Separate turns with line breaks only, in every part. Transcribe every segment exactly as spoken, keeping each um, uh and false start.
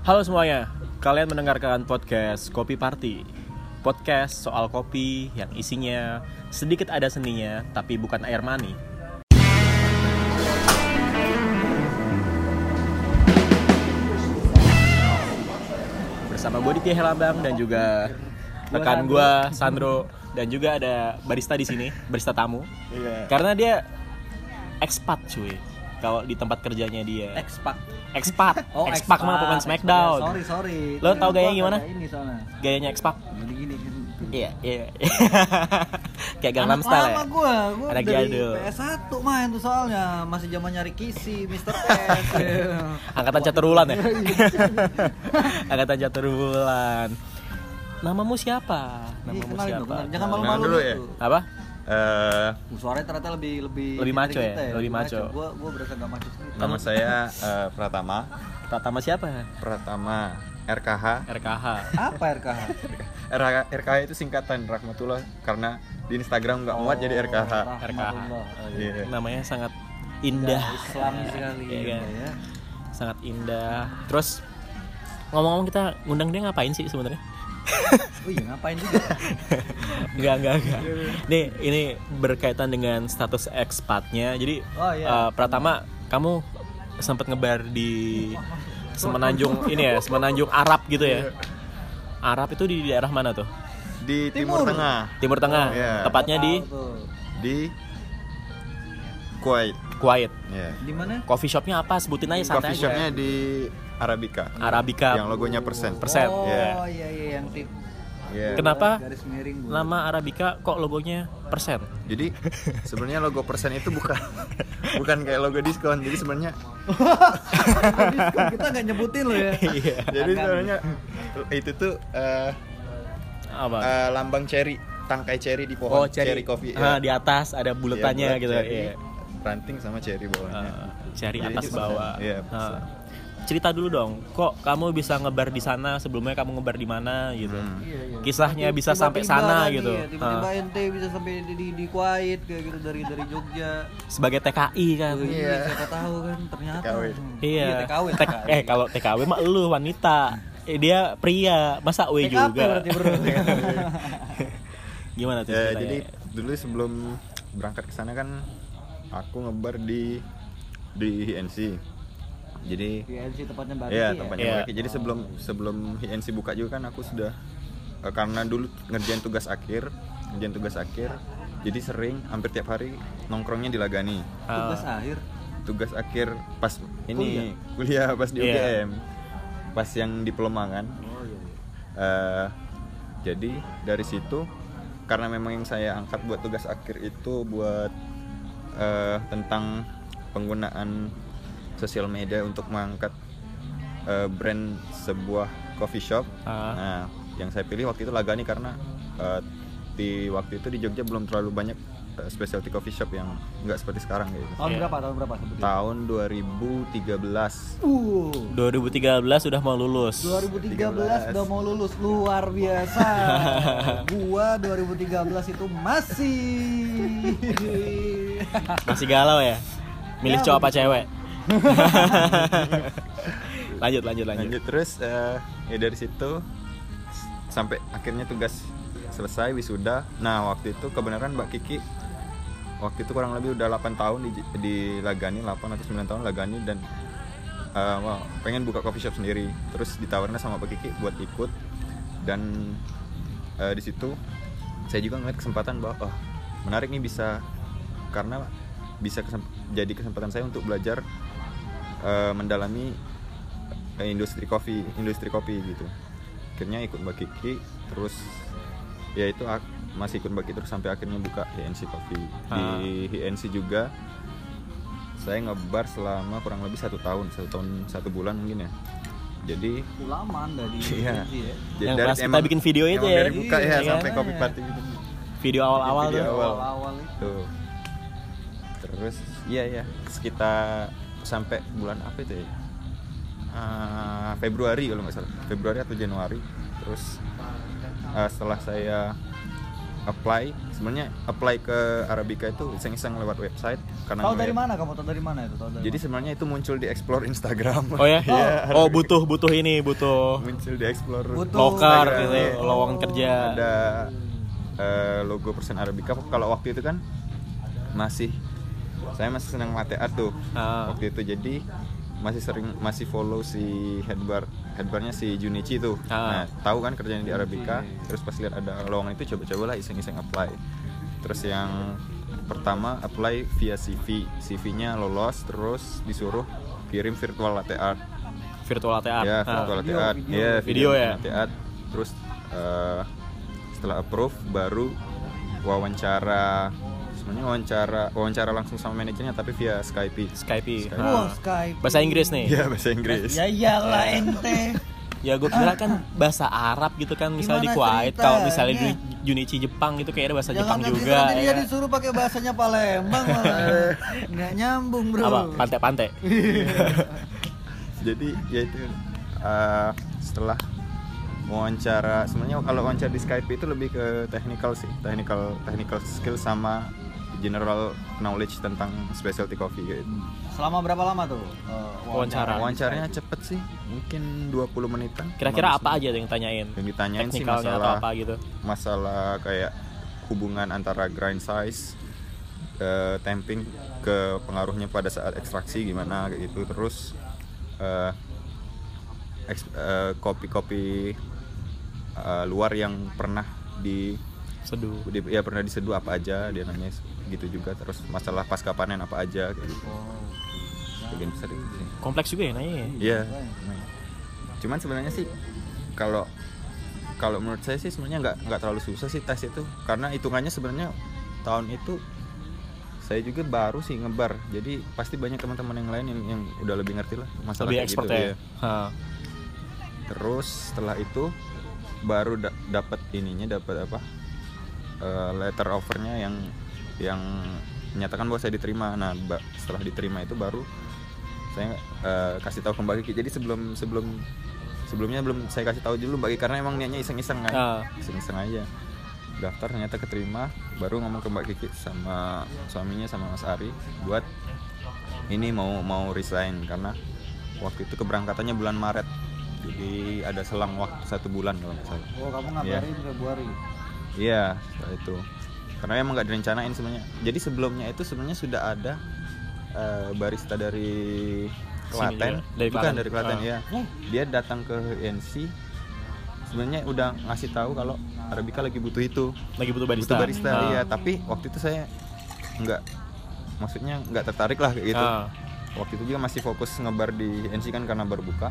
Halo semuanya, kalian mendengarkan podcast Kopi Party. Podcast soal kopi yang isinya sedikit ada seninya, tapi bukan air mani. Bersama gue Ditya Herlambang dan juga rekan gue Sandro, dan juga ada barista di sini, barista tamu.
Iya.
Karena dia expat cuy. Kalau di tempat kerjanya dia
Expat.
Expat.
Oh,
Expat mah pemain Smackdown.
Sorry, sorry.
Lo tau gayanya gimana?
Ini soalnya.
Gayanya Expat.
Gini gini. gini.
Iya, iya. Kayak Gangnam
Anak
Style ya.
lama gua, gua
Anak
dari
jadul.
P S satu main tuh soalnya, masih zaman nyari kisi, mister S.
Angkatan catur bulan ya. Angkatan catur bulan. Namamu siapa? Namamu
Kenalin
siapa?
dong, kenalin. Jangan
Nah,
malu-malu
dulu ya?
tuh.
Apa?
Eh,
Suaranya ternyata lebih lebih
Lebih
dari
maco ya?
kita
Lebih maco.
Gua gua berasa enggak maco sendiri.
nama saya eh, Pratama.
Pratama siapa?
Pratama R K H.
R K H.
Apa R K H?
R K R K H itu singkatan Rahmatullah, karena di Instagram nggak muat jadi R K H.
R K H.
Rahmatullah. Oh, iya.
Iya.
Namanya sangat indah.
Islami sekali
Iya kan?
ya.
Sangat indah. Terus ngomong-ngomong, kita ngundang dia ngapain sih sebenarnya?
Oh iya, ngapain juga?
Enggak, enggak, enggak. Nih, ini berkaitan dengan status expatnya. Jadi,
Oh, iya.
uh, Pratama, kamu sempat ngebar di Semenanjung ini ya, Semenanjung Arab gitu ya. Arab itu di daerah mana tuh?
Di Timur,
Timur.
Tengah,
Timur Tengah.
Oh, iya.
Tepatnya di
Tahu tuh.
di Kuwait.
Kuwait.
Ya.
Di mana?
Coffee shopnya apa? Sebutin aja santai
Coffee
aja.
shopnya di Arabica.
Arabica.
Yang logonya persen.
Persen.
Oh
Iya.
iya iya yang tip.
Iya.
Kenapa
Garis miring. Bu.
nama Arabica kok logonya persen?
Jadi sebenarnya logo persen itu bukan bukan kayak logo diskon. Jadi sebenarnya
Diskon, kita nggak nyebutin loh ya.
Iya.
jadi
Akan.
sebenarnya itu tuh eh,
Apa?
eh, lambang cherry, tangkai cherry di pohon,
Oh, cherry,
coffee.
Ah,
ya.
di atas ada buletannya
Iya, bulat
gitu.
cherry,
Iya.
ranting sama cherry bawahnya.
Uh, cari
Jadi
atas
itu
bawah.
persen. Iya,
Uh,
persen.
cerita dulu dong, kok kamu bisa ngebar di sana? Sebelumnya kamu ngebar di mana gitu?
Hmm.
Iya, iya.
Kisahnya bisa
Tiba-tiba
sampai sana
kan,
gitu.
iya, tiba-tiba
Ah.
ente bisa sampai di, di, di Kuwait kayak gitu dari dari Jogja.
Sebagai T K I kan.
Oh,
Iya.
iya, siapa tahu kan ternyata.
T K W.
Hmm.
Iya.
T K W.
Tek- eh kalau T K W mah lu wanita. Eh, dia pria, masa W
T K P
juga.
berarti bro.
Gimana tuh
Ya,
ceritanya?
jadi dulu sebelum berangkat ke sana kan aku ngebar di di H N C. Jadi
Di N C tempatnya Mbak
Iya,
Riki
tempatnya
Iya.
Mbak Riki. Jadi sebelum sebelum H N C buka juga kan aku sudah eh, karena dulu ngerjain tugas akhir, ngerjain tugas akhir. Jadi sering hampir tiap hari nongkrongnya di Lagani.
Ah.
Tugas akhir.
Tugas akhir pas ini kuliah, pas di U G M.
Iya.
Pas yang diploma kan.
Oh iya.
Eh, jadi dari situ karena memang yang saya angkat buat tugas akhir itu buat eh, tentang penggunaan sosial media untuk mengangkat eh, brand sebuah coffee shop.
Ah.
Nah, yang saya pilih waktu itu Lagani karena eh, di waktu itu di Jogja belum terlalu banyak eh, specialty coffee shop yang nggak seperti sekarang gitu.
Tahun
Iya.
berapa? Tahun berapa sebutin?
Tahun dua ribu tiga belas.
Uh.
dua ribu tiga belas sudah mau lulus.
dua ribu tiga belas udah mau lulus, luar biasa. Gua dua ribu tiga belas itu masih
Masih galau ya? Milih
Ya,
cowok apa
begitu.
cewek? lanjut, lanjut, lanjut.
Lanjut terus eh, ya dari situ sampai akhirnya tugas selesai wisuda. Nah, waktu itu kebenaran Mbak Kiki waktu itu kurang lebih udah delapan tahun di, di Lagani, delapan atau sembilan tahun Lagani, dan eh, wah, pengen buka coffee shop sendiri. Terus ditawarin sama Mbak Kiki buat ikut, dan eh, di situ saya juga ngeliat kesempatan bahwa oh, menarik nih, bisa karena bisa kesem- jadi kesempatan saya untuk belajar eh, mendalami eh, industri kopi, industri kopi gitu. Akhirnya ikut Mbak Kiki, terus ya itu ak- masih ikut Mbak Kiki terus sampai akhirnya buka H N C Coffee. Di H N C juga saya ngebar selama kurang lebih satu tahun, satu tahun satu bulan mungkin ya. Jadi
lama Anda di
Iya.
N C ya.
Yang
dari-
pas kita
emang-
bikin video itu
emang
ya.
dari buka ya
Iya,
sampai
kan?
kopi party gitu.
Video awal-awal
Video
tuh.
awal.
Awal-awal itu.
Tuh. Terus iya ya, sekitar sampai bulan apa itu ya? Uh, Februari kalau nggak salah. Februari atau Januari. Terus uh, setelah saya apply. Sebenarnya apply ke Arabica itu iseng-iseng lewat website karena
Tahu dari
ngeliat-
mana kamu? Tahu dari mana itu? Tahu dari
Jadi
mana?
sebenarnya itu muncul di explore Instagram.
Oh ya?
Iya,
Oh, butuh butuh ini, butuh
muncul di explore
Butuh.
loker
Instagram.
gitu,
Iya.
lowongan kerja.
Ada eh, logo persen Arabica. Kalau waktu itu kan masih saya masih senang latte art tuh
Ah.
waktu itu, jadi masih sering masih follow si headbar headbarnya si Junichi tuh.
Ah.
Nah, tahu kan kerjanya di Arabica, terus pas lihat ada lowongan itu coba-cobalah iseng-iseng apply. Terus yang pertama apply via C V, C V-nya lolos, terus disuruh kirim virtual latte art.
Virtual latte art.
Ya,
Ah.
virtual latte
Video,
art.
video.
Ya,
Video ya?
latte art. Terus eh, setelah approve baru wawancara. Sebenarnya wawancara wawancara langsung sama manajernya tapi via Skype.
Skype.
Skype.
Ah.
Wah, Skype.
Bahasa Inggris nih.
Iya, bahasa Inggris.
Ya iyalah ente.
Ya gue kira kan bahasa Arab gitu kan, misalnya di
Gimana
Kuwait. Kalau misalnya di
ceritanya?
Junichi Jepang gitu kayaknya ada bahasa Jepang
Jangan
juga.
nanti dia
Ya.
disuruh pakai bahasanya Palembang malah. Nggak nyambung, Bro.
Apa? Pantai-pantai.
Jadi ya itu eh, setelah wawancara, sebenarnya kalau wawancara di Skype itu lebih ke technical sih, technical technical skill sama general knowledge tentang specialty coffee gitu.
Selama berapa lama tuh? eh,
Wawancara.
Wawancaranya cepet sih, mungkin dua puluh menitan.
Kira-kira
Bagus
apa
sih.
aja yang ditanyain?
Yang ditanyain sih
Teknikalnya atau
masalah
apa gitu?
masalah kayak hubungan antara grind size, eh, tamping ke pengaruhnya pada saat ekstraksi gimana kayak gitu. Terus eh, eks- eh, kopi-kopi eh, luar yang pernah di,
Seduh.
di ya pernah diseduh apa aja dia nanya gitu juga. Terus masalah pasca panen apa aja kayak gitu. Bagian besar itu sih.
Kompleks juga ya nanya ya?
Iya. Cuman sebenarnya sih kalau kalau menurut saya sih sebenarnya nggak nggak terlalu susah sih tes itu, karena hitungannya sebenarnya tahun itu saya juga baru sih ngebar, jadi pasti banyak teman-teman yang lain yang, yang udah lebih ngerti lah masalah
Lebih
kayak
expert
gitu,
ya?
ya.
Ha.
Terus setelah itu baru da- dapat ininya dapat apa eh, letter offernya yang yang menyatakan bahwa saya diterima. Nah ba- setelah diterima itu baru saya eh, kasih tahu ke Mbak Kiki. Jadi sebelum sebelum sebelumnya belum saya kasih tahu dulu Mbak Kiki karena emang niatnya iseng-iseng kan,
Ah.
iseng-iseng aja. Daftar ternyata keterima, baru ngomong ke Mbak Kiki sama suaminya sama Mas Ari buat ini mau mau resign karena waktu itu keberangkatannya bulan Maret. Jadi ada selang waktu satu bulan kalau nggak salah.
Oh, kamu ngabarin Februari.
Iya, setelah itu. Karena emang nggak direncanain sebenarnya. Jadi sebelumnya itu sebenarnya sudah ada eh, barista dari Klaten,
juga, dari
bukan
Klaten.
dari Klaten
Ah.
ya. Dia datang ke I N C. Sebenarnya udah ngasih tahu kalau Arabica lagi butuh itu,
Lagi butuh barista.
butuh barista.
Ah.
Iya, tapi waktu itu saya nggak, maksudnya nggak tertarik lah kayak gitu.
Ah.
Waktu itu juga masih fokus ngebar di I N C kan karena baru buka.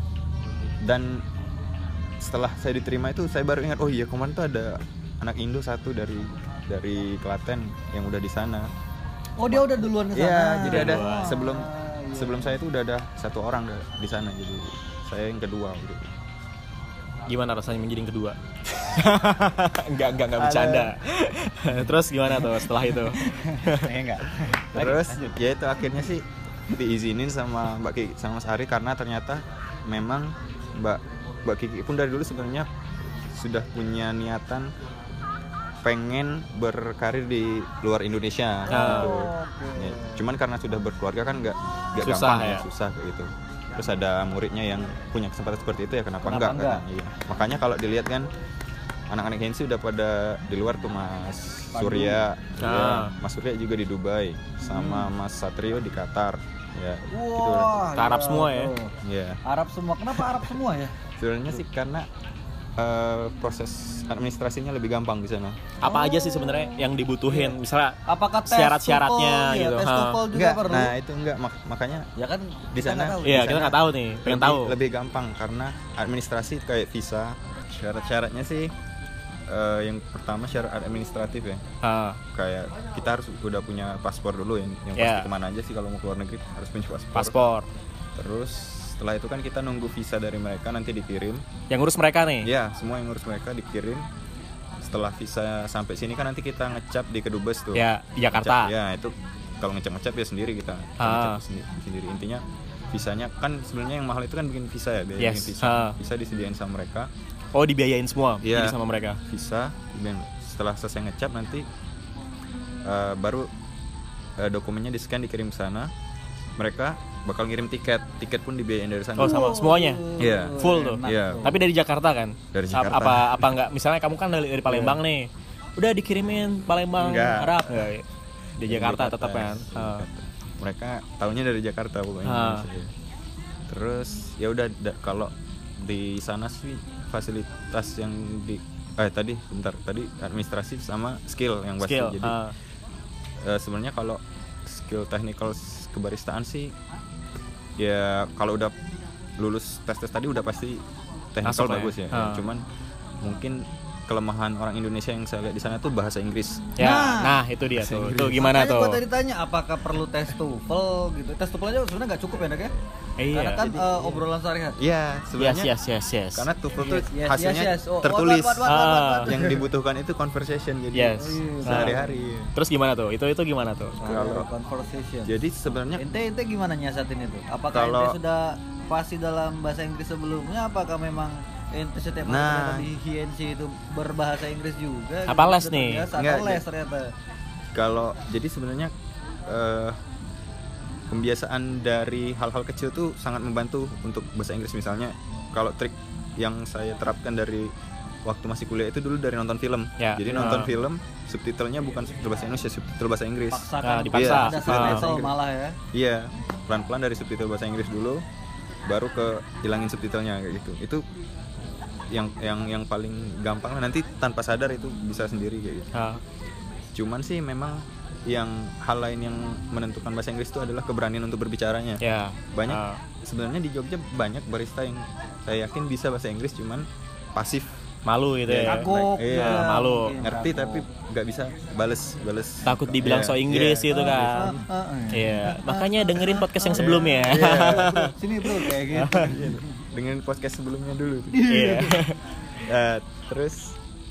Dan setelah saya diterima itu saya baru ingat, oh iya kemarin tuh ada anak Indo satu dari dari Klaten yang udah di sana.
Oh, dia udah duluan ke sana.
Iya, jadi ada
Duluan.
sebelum
Ah, iya.
sebelum saya itu udah ada satu orang da- di sana, jadi saya yang kedua gitu.
Gimana rasanya menjadi yang kedua? enggak, enggak, enggak bercanda. Terus gimana tuh setelah itu?
Eh, enggak.
Terus ya itu akhirnya sih diizinin sama Mbak Kiki sama Mas Ari karena ternyata memang Mbak Mbak Kiki pun dari dulu sebenarnya sudah punya niatan pengen berkarir di luar Indonesia.
Ah.
gitu.
Oke.
Ya, cuman karena sudah berkeluarga kan nggak nggak
Susah
gampang
ya?
ya, susah kayak gitu. Terus ada muridnya yang punya kesempatan seperti itu ya kenapa,
Kenapa
enggak?
enggak?
Kan? Iya. Makanya kalau dilihat kan anak-anak Hensi udah pada di luar tuh Mas Surya,
Ah.
ya, Mas Surya juga di Dubai, sama Mas Satrio di Qatar, ya. Gitu.
Wah,
Ke Arab
iya,
semua ya?
bro.
Ya,
Arab semua. Kenapa Arab semua ya?
sebenarnya sih karena eh, proses administrasinya lebih gampang di sana.
Apa aja sih sebenarnya yang dibutuhin? Misalnya
Apakah tes
Syarat-syaratnya
TOEFL,
gitu,
Ya, tes
ha.
TOEFL juga
Enggak,
perlu.
nah itu enggak mak- makanya
Ya kan
Di
kita
sana-
nggak tahu.
iya,
di
kita
sana
nggak tahu nih, pengen
lebih,
tahu.
lebih gampang karena administrasi kayak visa, syarat-syaratnya sih eh, yang pertama syarat administratif ya.
Ah.
Kayak kita harus udah punya paspor dulu yang yang
Yeah.
pasti kemana aja sih kalau mau keluar negeri harus punya paspor.
Paspor.
Terus setelah itu kan kita nunggu visa dari mereka nanti dikirim.
Yang ngurus mereka nih.
Ya, semua yang ngurus mereka dikirim. Setelah visa sampai sini kan nanti kita ngecap di Kedubes tuh.
Ya, di Jakarta.
Ngecap, ya, itu kalau ngecap-ngecap ya sendiri kita. Kita
Ah.
ngecap sendiri, sendiri. Intinya visanya kan sebenarnya yang mahal itu kan bikin visa ya, biaya
Yes.
bikin visa.
Ah.
Visa disediain sama mereka.
Oh, dibiayain semua
Iya.
jadi sama mereka.
Visa dan setelah selesai ngecap nanti uh, baru uh, dokumennya di scan dikirim ke sana. Mereka bakal ngirim tiket, tiket pun dibiayain dari sana.
Oh sama semuanya?
Iya.
Full tuh?
Iya.
Tapi dari Jakarta kan?
Dari Jakarta.
Apa apa enggak? Misalnya kamu kan dari, dari Palembang nih, udah dikirimin Palembang
Enggak.
Arab enggak? Di Jakarta
Jakarta
tetap kan? Uh.
Mereka taunya dari Jakarta pokoknya.
Ah.
Terus ya udah da- kalau di sana sih fasilitas yang di eh tadi bentar tadi administrasi sama skill yang pasti.
Skill.
Jadi
Uh.
eh, sebenarnya kalau skill technical kebaristaan sih ya kalau udah lulus tes-tes tadi udah pasti technical
Masuk lah
bagus
ya.
ya.
Ah.
Cuman mungkin kelemahan orang Indonesia yang saya lihat di sana tuh bahasa Inggris.
Ya,
Nah.
nah itu dia
Bahasa
tuh.
Inggris.
Itu gimana
Makanya
tuh?
gua tadi tanya apakah perlu tes TOEFL gitu. Tes TOEFL aja sebenarnya nggak cukup ya, Nak ya?
Iya.
Karena kan eh, obrolan sehari-hari.
Iya,
Yes,
sebenarnya
yes, yes, yes.
karena TOEFL tuh
Yes, yes,
hasilnya
yes, yes. Oh,
tertulis.
what, what, what, what, what, what, what.
Yang dibutuhkan itu conversation jadi
Yes.
sehari-hari.
Terus gimana tuh? Itu itu gimana tuh?
Kalau-
conversation.
Jadi sebenarnya
Ente ente gimana nyiasatin itu? Apakah
Kalau-
ente sudah pasti dalam bahasa Inggris sebelumnya? Apakah memang ente setiap hari
Nah.
ternyata di H N C itu berbahasa Inggris juga?
Apa
gitu,
les
sudah
nih?
terbiasa,
Enggak,
atau les
jadi-
ternyata?
kalau jadi sebenarnya eh, pembiasaan dari hal-hal kecil tuh sangat membantu untuk bahasa Inggris. Misalnya kalau trik yang saya terapkan dari waktu masih kuliah itu dulu dari nonton film.
Ya.
Jadi
Ah.
nonton film subtitlenya bukan subtitle bahasa Indonesia, subtitle bahasa Inggris.
Ah,
Paksakan
dipaksa.
ada
Iya.
subtitle
Ah.
malah ya.
Iya, pelan-pelan dari subtitle bahasa Inggris dulu, baru ke hilangin subtitlenya kayak gitu. Itu yang yang yang paling gampang lah, nanti tanpa sadar itu bisa sendiri kayak gitu.
Ah.
Cuman sih memang yang hal lain yang menentukan bahasa Inggris itu adalah keberanian untuk berbicaranya.
Ya.
Banyak
Ah.
sebenarnya di Jogja banyak barista yang saya yakin bisa bahasa Inggris cuman pasif.
Malu gitu ya.
Kagok.
Iya,
ya,
malu.
mungkin,
Ngerti
kagok.
tapi nggak bisa bales bales.
Takut dibilang
Iya,
so Inggris
iya.
gitu kan.
Ah, ah, ah.
Iya, makanya dengerin podcast yang sebelumnya.
Bro, sini bro kayak gitu.
Dengan podcast sebelumnya dulu.
Iya.
Eh, terus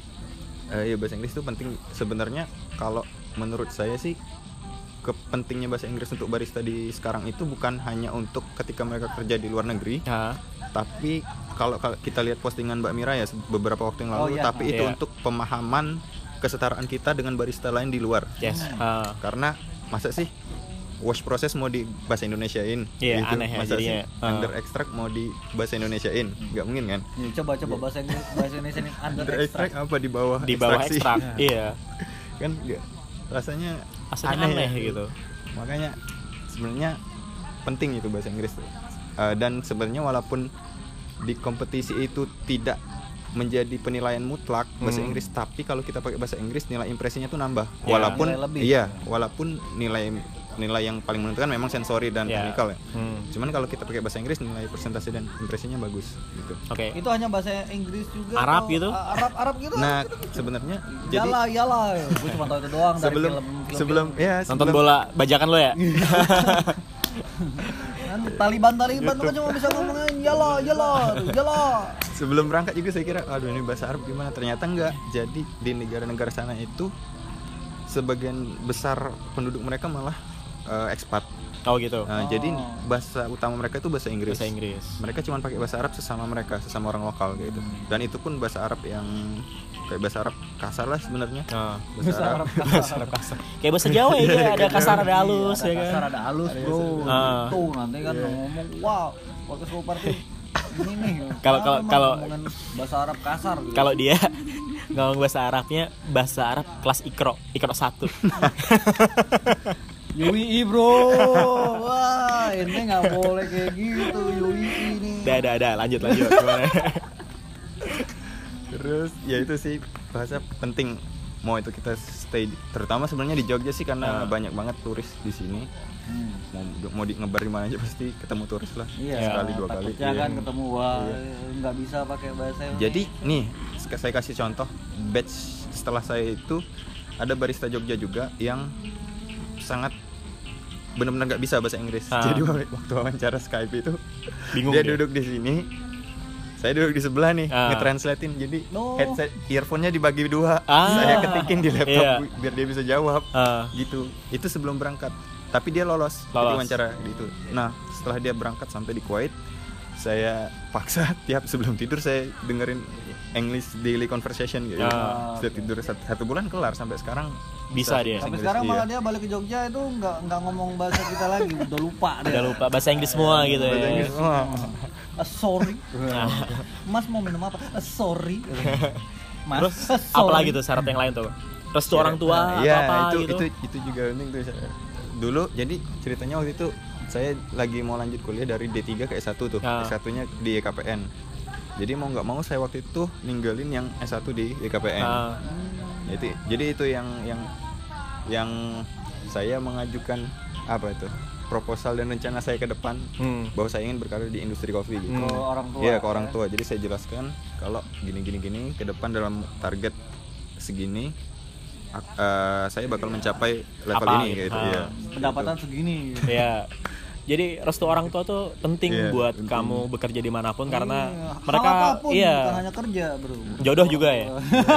eh, ya bahasa Inggris itu penting sebenarnya. Kalau menurut saya sih kepentingnya bahasa Inggris untuk barista di sekarang itu bukan hanya untuk ketika mereka kerja di luar negeri,
Ah.
tapi kalau kalau kita lihat postingan Mbak Mira ya beberapa waktu yang lalu,
Oh, iya.
tapi itu
Iya.
untuk pemahaman kesetaraan kita dengan barista lain di luar.
Yes. Ah.
Karena masa sih wash proses mau di bahasa Indonesiain,
Iya, aneh ya
masa
jadinya.
sih
Ah.
under extract mau di bahasa Indonesiain, nggak mungkin kan?
Nih, coba coba bahasa Inggris bahasa Indonesia ini under
Under
extract.
extract apa di bawah
Di bawah
ekstraksi?
ekstrak. Iya.
Kan nggak, rasanya
Rasanya aneh,
ya.
gitu.
Makanya sebenarnya penting itu bahasa Inggris tuh. Uh, dan sebenarnya walaupun di kompetisi itu tidak menjadi penilaian mutlak bahasa
Hmm.
Inggris, tapi kalau kita pakai bahasa Inggris nilai impresinya tuh nambah.
Ya,
Walaupun
nilai lebih.
iya, walaupun nilai nilai yang paling menentukan memang sensori dan
Ya.
technical ya.
Hmm.
Cuman kalau kita pakai bahasa Inggris nilai persentase dan impresinya bagus gitu.
Oke.
Itu hanya bahasa Inggris juga
Arab
atau-
gitu?
Ah, Arab Arab gitu.
Nah, sebenarnya jadi
Yala yala. Gue cuma tahu itu doang dari
sebelum
film, film
sebelum ya
Nonton
sebelum
bola bajakan lo ya?
Nanti Taliban Taliban tuh kan cuma bisa ngomongin yala yala yala.
sebelum berangkat juga saya kira aduh ini bahasa Arab gimana, ternyata enggak. Jadi di negara-negara sana itu sebagian besar penduduk mereka malah uh, ekspat.
Oh gitu.
Uh,
Oh.
Jadi bahasa utama mereka itu bahasa Inggris.
Bahasa Inggris.
Mereka cuma pakai bahasa Arab sesama mereka, sesama orang lokal gitu. Dan itu pun bahasa Arab yang kayak bahasa Arab kasar lah sebenarnya.
Ah.
Bahasa Arab.
Bahasa Arab kasar. Kayak bahasa Jawa ya, dia ada kasar ada halus
Ada
ya
kasar
kan.
ada halus bro.
Ah.
Tuh nanti kan ngomong wow podcast Go Party ini nih.
Kalau- kalau-
Emang
kalau-
ngomongin bahasa Arab kasar. Gitu.
Kalau dia ngomong bahasa Arabnya bahasa Arab kelas Iqra, Iqra satu.
U I I bro, wah ini nggak boleh kayak gitu U I I nih.
Dah, dah, dah, lanjut, lanjut. Gimana?
Terus ya itu sih bahasa penting, mau itu kita stay di- terutama sebenarnya di Jogja sih
Ah.
karena banyak banget turis di sini.
Hmm.
Mau mau di ngebar di mana aja pasti ketemu turis lah.
Iya,
Sekali dua kali.
takutnya
Iya.
kan ketemu wah
Iya.
nggak bisa pakai bahasa Indonesia.
Jadi nih sek- saya kasih contoh batch setelah saya itu ada barista Jogja juga yang sangat benar-benar nggak bisa bahasa Inggris.
Ah.
Jadi wa- waktu wawancara Skype itu
Bingung
dia
dia.
duduk di sini, saya duduk di sebelah nih
Ah.
ngetranslatein. Jadi
No.
headset earphone-nya dibagi dua,
Ah.
saya ketikin di laptop
Iya.
biar dia bisa jawab.
Ah.
Gitu. Itu sebelum berangkat. Tapi dia lolos,
Lolos.
jadi wawancara gitu. Nah, setelah dia berangkat sampai di Kuwait, saya paksa tiap sebelum tidur saya dengerin English daily conversation gitu.
Ah.
Setiap tidur satu, satu bulan kelar sampai sekarang
Bisa dia.
Sampai
Inggris,
sekarang
iya.
malah dia balik ke Jogja itu nggak nggak ngomong bahasa kita lagi, udah lupa dia.
Udah lupa bahasa Inggris semua gitu ya.
Bahasa Inggris semua.
Ah, sorry. Mas mau minum apa? Ah, sorry. Mas.
Terus
ah, sorry.
apalagi tuh syarat yang lain tuh? Restu orang tua
Nah,
atau
iya,
apa
itu,
gitu?
itu itu juga penting tuh. Dulu jadi ceritanya waktu itu saya lagi mau lanjut kuliah dari D tiga ke S satu tuh.
Ah.
S satunya di E K P N. Jadi mau nggak mau saya waktu itu ninggalin yang S satu di E K P N.
Ah.
Jadi jadi itu yang yang yang saya mengajukan apa itu proposal dan rencana saya ke depan
Hmm.
bahwa saya ingin berkarir di industri kopi gitu.
Ke orang tua.
Iya, ke orang tua. Jadi saya jelaskan kalau gini gini gini ke depan dalam target segini ak- eh, saya bakal mencapai level
Apa
ini
gitu.
gitu.
Ah.
Iya.
Pendapatan segini.
Iya. Jadi restu orang tua tuh penting
Iya,
buat
penting.
kamu bekerja dimanapun karena
Iya. Hal
mereka
apapun,
iya
bukan hanya kerja, Bro.
jodoh juga ya.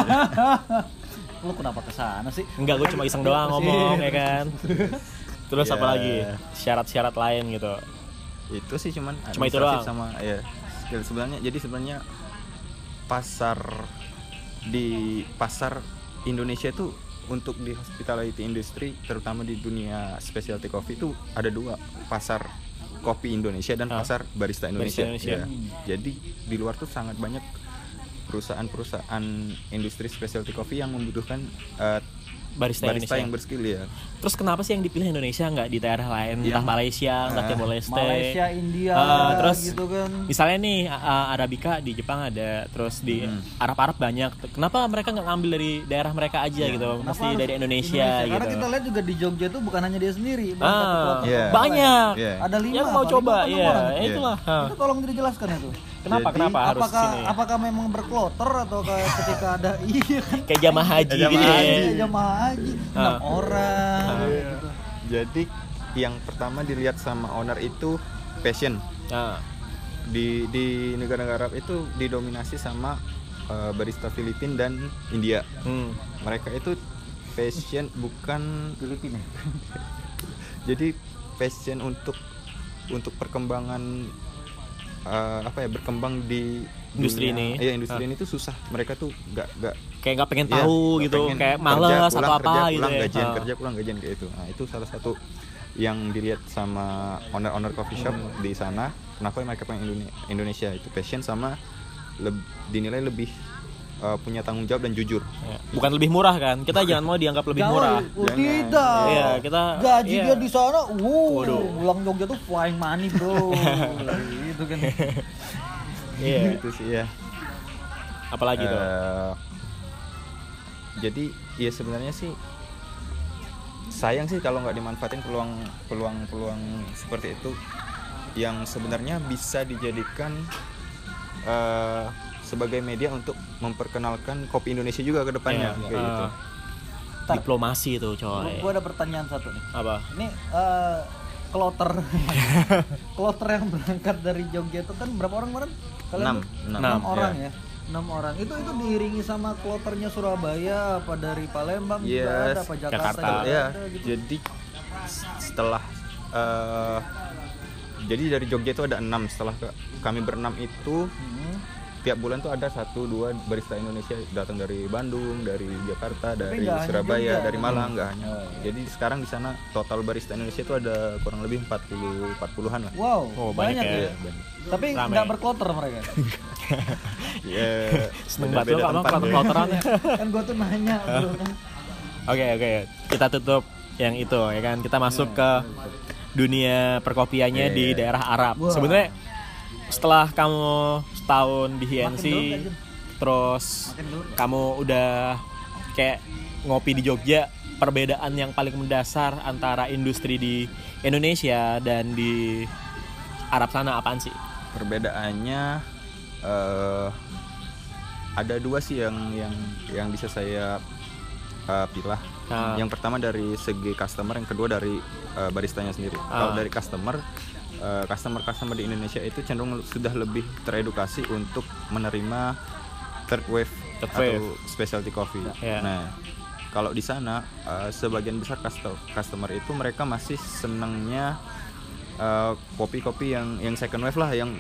Lu kenapa kesana sih?
Enggak, gue cuma iseng doang ngomong ya kan. Terus
Iya.
apa lagi? Syarat-syarat lain gitu.
Itu sih cuman
Cuma itu
administratif
doang?
sama ya skill sebenarnya. Jadi sebenarnya pasar di pasar Indonesia itu untuk di hospitality industry terutama di dunia specialty coffee itu ada dua, pasar kopi Indonesia dan
Ah.
pasar barista Indonesia.
Barista Indonesia.
Ya. Jadi di luar tuh sangat banyak perusahaan-perusahaan industri specialty coffee yang membutuhkan uh,
Barista,
barista
Indonesia.
yang berskill ya.
Terus kenapa sih yang dipilih Indonesia nggak di daerah lain, entah
Yang-
Malaysia, entah
Ah.
Timor Leste?
Malaysia, India,
Ah, terus
gitu kan.
misalnya nih uh, Arabica di Jepang ada, terus di
Hmm.
Arab-Arab banyak. Kenapa mereka nggak ngambil dari daerah mereka aja
Ya,
gitu?
Kenapa
Mesti
harus
dari Indonesia, gitu.
Karena kita lihat juga di Jogja itu bukan hanya dia sendiri, bukan
Ah,
satu kloter
Iya.
kloter
banyak.
Iya.
Ada lima.
Yang mau
apa?
coba,
Lima apa enam
iya,
orang?
ya
Iya.
itulah. Hah.
Itu tolong dijelaskan itu.
Kenapa?
Jadi,
kenapa harus
apakah
sini?
apakah memang berkloter atau kayak ketika ada iya kan?
Kayak jamaah haji
Jamaah
gitu ya.
haji.
Kayak jamaah haji enam
Ah.
orang.
Ah.
gitu.
Jadi yang pertama dilihat sama owner itu passion.
Nah,
Di di negara-negara Arab itu didominasi sama uh, barista Filipina dan India.
hmm.
Mereka itu passion bukan
Filipina.
jadi passion untuk untuk perkembangan uh, apa ya berkembang di
Industri
dunia-
ini.
Iya, industri
Ah.
ini tuh susah. Mereka tuh nggak nggak
Kayak nggak pengen
iya,
tahu
nggak
gitu,
pengen
kayak
kerja,
males
pulang,
atau apa
kerja,
gitu
pulang,
ya.
gajian
Ah.
kerja pulang gajian kayak itu. Nah, itu salah satu yang dilihat sama owner-owner coffee shop
Hmm.
di sana. Kenapa mereka pengen Indone- Indonesia itu passion sama leb- dinilai lebih uh, punya tanggung jawab dan jujur.
Ya. Bukan lebih murah kan? Kita jangan mau dianggap lebih
Jauh,
murah.
oh,
Jangan.
tidak.
Iya, kita
Gaji
iya.
dia di sana, wow,
Waduh.
pulang Jogja tuh flying money, Bro. Gitu kan.
Iya.
Itu sih ya.
Apalagi tuh?
Eh, jadi ya sebenarnya sih sayang sih kalau nggak dimanfaatin peluang peluang peluang seperti itu yang sebenarnya bisa dijadikan eh, sebagai media untuk memperkenalkan kopi Indonesia juga ke depannya
Iya,
kayak gitu.
ah. Diplomasi tuh coy.
Gue ada pertanyaan satu nih.
Apa?
Ini eh, kloter, kloter yang berangkat dari Jogja itu kan berapa orang kemarin? Kalian
Enam,
tuh?
enam.
Enam
Iya.
orang ya. Enam orang. Itu itu diiringi sama kloternya Surabaya, apa dari Palembang juga
Yes.
ada, apa Jakarta,
Jakarta.
juga
Ya,
ada gitu.
jadi s- setelah eh, jadi dari Jogja itu ada enam. Setelah ke- kami berenam itu
Hmm.
tiap bulan tuh ada satu dua barista Indonesia datang dari Bandung, dari Jakarta, dari
nggak hanya
Surabaya,
Jogja.
dari Malang nggak hanya.
Oh.
Jadi sekarang di sana total barista Indonesia itu ada kurang lebih empat puluh empat puluhan lah.
Wow,
Oh, banyak
banyak,
ya.
ya.
Iya, banyak.
Tapi
Ramai.
nggak berkloter mereka.
Ya,
Seneng banget
beda-beda
lo sama
tempat ya.
kloter-kloteran.
Kan gue tuh nanya, bro kan.
Oke oke, kita tutup yang itu ya kan. Kita masuk ke dunia perkopiannya
Iya,
di
iya.
daerah Arab.
Wah.
Sebenarnya setelah kamu setahun di H N C,
Makin dulu, Kak Jun.
terus
Makin dulu.
kamu udah kayak ngopi di Jogja, perbedaan yang paling mendasar antara industri di Indonesia dan di Arab sana apaan sih?
Perbedaannya eh, ada dua sih yang yang yang bisa saya eh, pilah.
Nah,
Yang pertama dari segi customer, yang kedua dari eh, baristanya sendiri.
Ah.
Kalau dari customer, eh, customer-customer di Indonesia itu cenderung sudah lebih teredukasi untuk menerima third wave
Third
atau
wave.
specialty coffee.
Ya.
Nah, kalau di sana eh, sebagian besar custo- customer itu mereka masih senangnya eh, kopi-kopi yang yang second wave lah, yang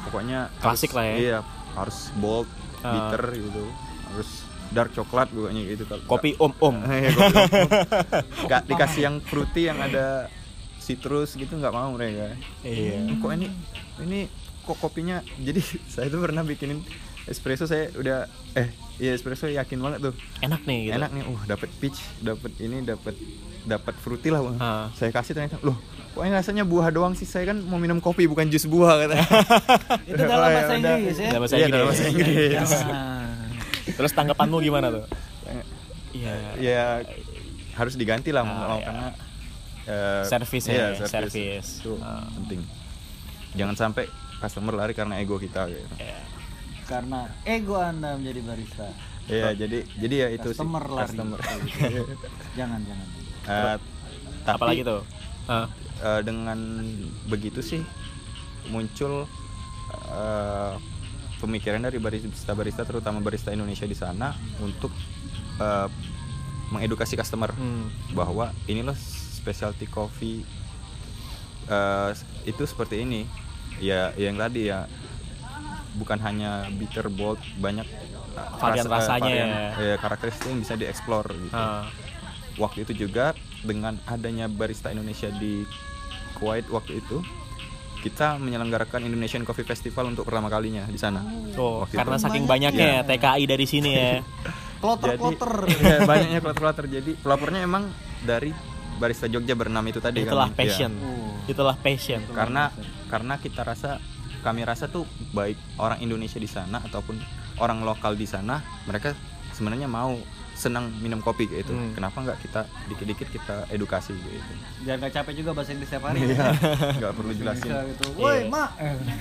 pokoknya
Klasik
harus-
lah ya.
Iya, harus bold,
Ah.
bitter gitu. Harus dark coklat pokoknya gitu kalau
Kopi om-om.
Iya, kopi om. Nggak dikasih yang fruity yang ada citrus gitu nggak mau mereka.
Iya.
Kok ini ini kok kopinya, jadi saya tuh pernah bikinin espresso, saya udah eh iya espresso yakin banget tuh
Enak nih gitu.
enak nih, uh dapat peach, dapat ini, dapat dapat fruity lah. Bang.
Ah.
Saya kasih ternyata loh kok ini rasanya buah doang sih, saya kan mau minum kopi bukan jus buah katanya.
Itu dalam
Oh, ya
bahasa
udah.
Inggris ya.
Dalam bahasa
Iya,
Inggris.
dalam bahasa Inggris.
Nah,
Terus tanggapanmu gimana tuh? Iya.
Ya harus diganti lah mau
Ah,
mau
ya.
karena eh,
Service
iya,
ya, service.
itu
Ah.
penting. Jangan sampai customer lari karena ego kita gitu.
Iya.
karena ego Anda menjadi barista.
Iya, jadi jadi ya itu
Customer
sih
lari.
customer.
Jangan, jangan.
Eh, tapi
Apalagi tuh? Ah.
eh, dengan begitu sih muncul eh, pemikiran dari barista-barista terutama barista Indonesia di sana untuk eh, mengedukasi customer
Hmm.
bahwa ini loh specialty coffee eh, itu seperti ini. Ya yang tadi ya bukan hanya bitter bold, banyak eh,
Varian
rasa-
rasanya
varian,
ya.
eh, karakteristik yang bisa dieksplor gitu.
Ah.
Waktu itu juga dengan adanya barista Indonesia di Kuwait waktu itu, kita menyelenggarakan Indonesian Coffee Festival untuk pertama kalinya di sana.
Oh,
Waktu
karena
itu.
saking
Banyak
banyaknya
ya.
ya T K I dari sini ya.
Kloter-kloter.
ya, banyaknya kloter-kloter. Jadi pelapornya emang dari barista Jogja berenam itu tadi.
Itulah
kan.
passion.
Ya.
Oh.
Itulah passion.
Karena karena kita rasa kami rasa tuh baik orang Indonesia di sana ataupun orang lokal di sana, mereka sebenarnya mau senang minum kopi kayak itu.
Hmm.
Kenapa nggak kita dikit-dikit kita edukasi gitu.
Biar gak capek juga bahasa Inggris tiap hari.
Iya, nggak perlu jelasin.
Bisa gitu. Woi,
Iya.
Mak.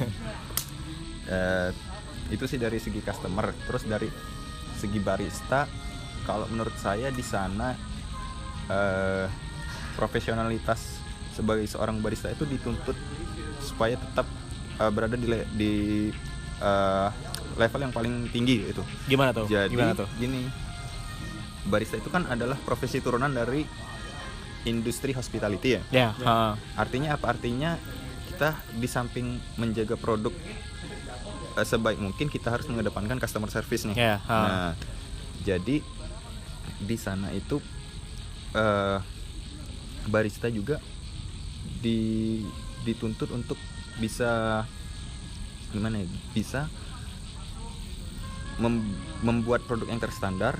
Eh, itu sih dari segi customer. Terus dari segi barista, kalau menurut saya di sana eh, profesionalitas sebagai seorang barista itu dituntut supaya tetap eh, berada di le- di eh, level yang paling tinggi itu.
Gimana tuh?
Jadi
Gimana tuh?
gini, barista itu kan adalah profesi turunan dari industri hospitality ya.
Ya. ah.
Artinya apa? Artinya kita di samping menjaga produk eh, sebaik mungkin, kita harus mengedepankan customer service nih.
Ya, ha.
Nah, jadi di sana itu eh, barista juga di dituntut untuk bisa gimana ya? Bisa mem- membuat produk yang terstandar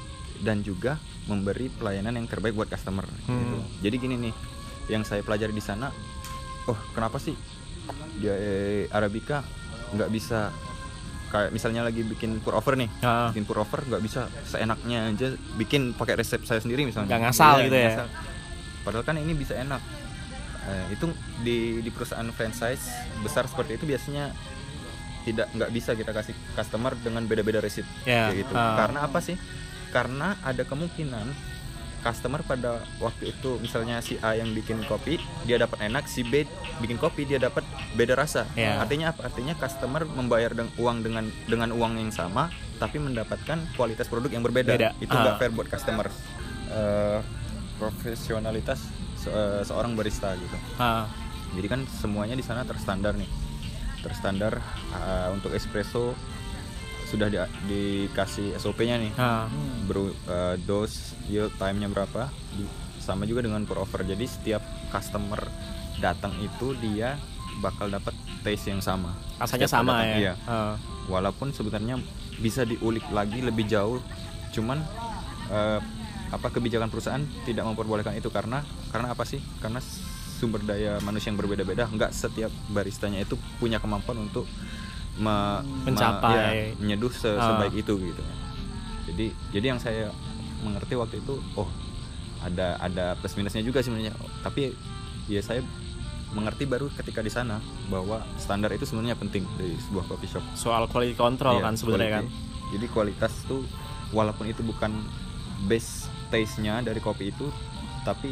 dan juga memberi pelayanan yang terbaik buat customer.
Hmm.
Gitu. Jadi gini nih, yang saya pelajari di sana, oh kenapa sih dia eh, Arabica nggak bisa kayak misalnya lagi bikin pour over nih,
Ah.
bikin pour over nggak bisa seenaknya aja bikin pakai resep saya sendiri misalnya.
Nggak ngasal
Iya,
gitu ya?
ngasal. Padahal kan ini bisa enak. Eh, itu di di perusahaan franchise besar seperti itu biasanya tidak nggak bisa kita kasih customer dengan beda-beda resep
Ya,
kayak gitu.
ah.
Karena apa sih? Karena ada kemungkinan customer pada waktu itu misalnya si A yang bikin kopi dia dapat enak, si B bikin kopi dia dapat beda rasa.
Ya.
Artinya apa? Artinya customer membayar deng- uang dengan dengan uang yang sama tapi mendapatkan kualitas produk yang berbeda.
Beda.
Itu nggak
Ah.
fair buat customer. Eh, profesionalitas se- eh, seorang barista gitu.
Ah.
Jadi kan semuanya di sana terstandar nih. Terstandar uh, untuk espresso sudah di, dikasih S O P-nya nih.
Ah.
Brew, uh, dose, yield, time-nya berapa. Di- sama juga dengan pour over. Jadi setiap customer datang itu dia bakal dapat taste yang sama.
Rasanya
Setiap
sama
datang,
ya.
Iya.
Ah.
Walaupun sebenarnya bisa diulik lagi lebih jauh, cuman uh, apa kebijakan perusahaan tidak memperbolehkan itu karena karena apa sih? Karena sumber daya manusia yang berbeda-beda, nggak setiap baristanya itu punya kemampuan untuk me-
Mencapai.
me- ya, menyeduh se-
Ah.
sebaik itu gitu. Jadi jadi yang saya mengerti waktu itu, oh ada ada plus minusnya juga sebenarnya. Oh, tapi ya saya mengerti baru ketika di sana bahwa standar itu sebenarnya penting dari sebuah coffee shop.
Soal quality control
Iya,
kan sebenarnya kan.
quality. Jadi kualitas tuh walaupun itu bukan base taste-nya dari kopi itu, tapi